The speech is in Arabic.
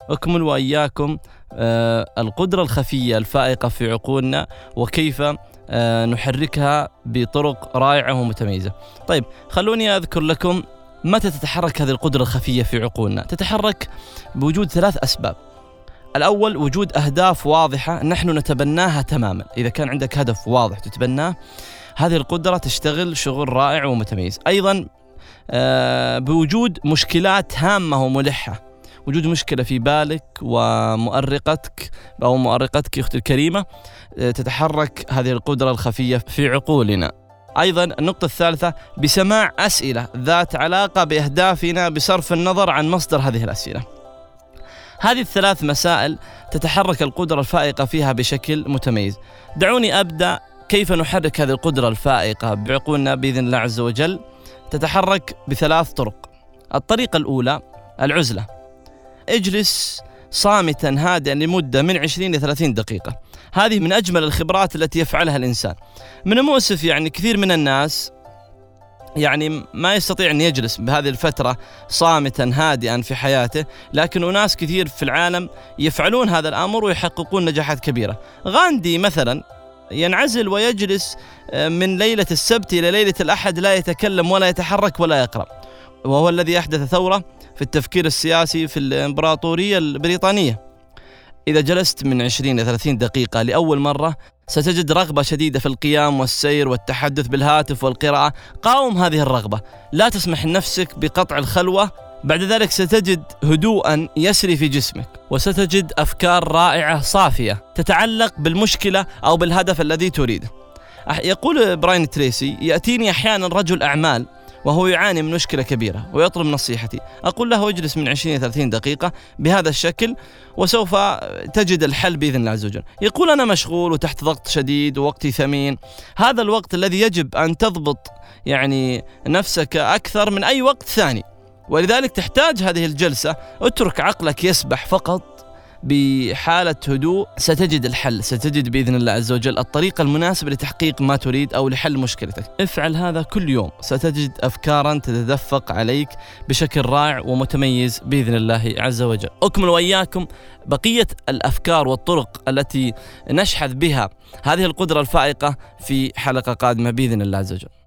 أكمل وإياكم القدرة الخفية الفائقة في عقولنا وكيف نحركها بطرق رائعة ومتميزة. طيب خلوني أذكر لكم متى تتحرك هذه القدرة الخفية في عقولنا. تتحرك بوجود 3 أسباب. الأول وجود أهداف واضحة نحن نتبناها تماما. إذا كان عندك هدف واضح تتبناه، هذه القدرة تشتغل شغل رائع ومتميز. أيضا بوجود مشكلات هامة وملحة، وجود مشكلة في بالك ومؤرقتك أو مؤرقتك أختي الكريمة، تتحرك هذه القدرة الخفية في عقولنا. أيضا النقطة الثالثة بسماع أسئلة ذات علاقة بأهدافنا بصرف النظر عن مصدر هذه الأسئلة. هذه ال3 مسائل تتحرك القدرة الفائقة فيها بشكل متميز. دعوني أبدأ كيف نحرك هذه القدرة الفائقة بعقولنا بإذن الله عز وجل. تتحرك ب3 طرق. الطريقة الأولى العزلة. اجلس صامتا هادئا لمدة من 20 إلى 30 دقيقة. هذه من أجمل الخبرات التي يفعلها الإنسان. من المؤسف كثير من الناس ما يستطيع أن يجلس بهذه الفترة صامتا هادئا في حياته، لكن أناس كثير في العالم يفعلون هذا الأمر ويحققون نجاحات كبيرة. غاندي مثلا ينعزل ويجلس من ليلة السبت إلى ليلة الأحد، لا يتكلم ولا يتحرك ولا يقرأ، وهو الذي أحدث ثورة في التفكير السياسي في الإمبراطورية البريطانية. إذا جلست من 20 إلى 30 دقيقة لأول مرة ستجد رغبة شديدة في القيام والسير والتحدث بالهاتف والقراءة. قاوم هذه الرغبة، لا تسمح لنفسك بقطع الخلوة. بعد ذلك ستجد هدوءا يسري في جسمك، وستجد أفكار رائعة صافية تتعلق بالمشكلة أو بالهدف الذي تريده. يقول براين تريسي: يأتيني أحيانا رجل أعمال وهو يعاني من مشكلة كبيرة ويطلب نصيحتي، أقول له اجلس من 20 إلى 30 دقيقة بهذا الشكل وسوف تجد الحل بإذن الله عز وجل. يقول: أنا مشغول وتحت ضغط شديد ووقتي ثمين. هذا الوقت الذي يجب أن تضبط نفسك أكثر من أي وقت ثاني، ولذلك تحتاج هذه الجلسة. اترك عقلك يسبح فقط بحالة هدوء، ستجد الحل، ستجد بإذن الله عز وجل الطريقة المناسبة لتحقيق ما تريد أو لحل مشكلتك. افعل هذا كل يوم، ستجد أفكارا تتدفق عليك بشكل رائع ومتميز بإذن الله عز وجل. أكمل وإياكم بقية الأفكار والطرق التي نشحذ بها هذه القدرة الفائقة في حلقة قادمة بإذن الله عز وجل.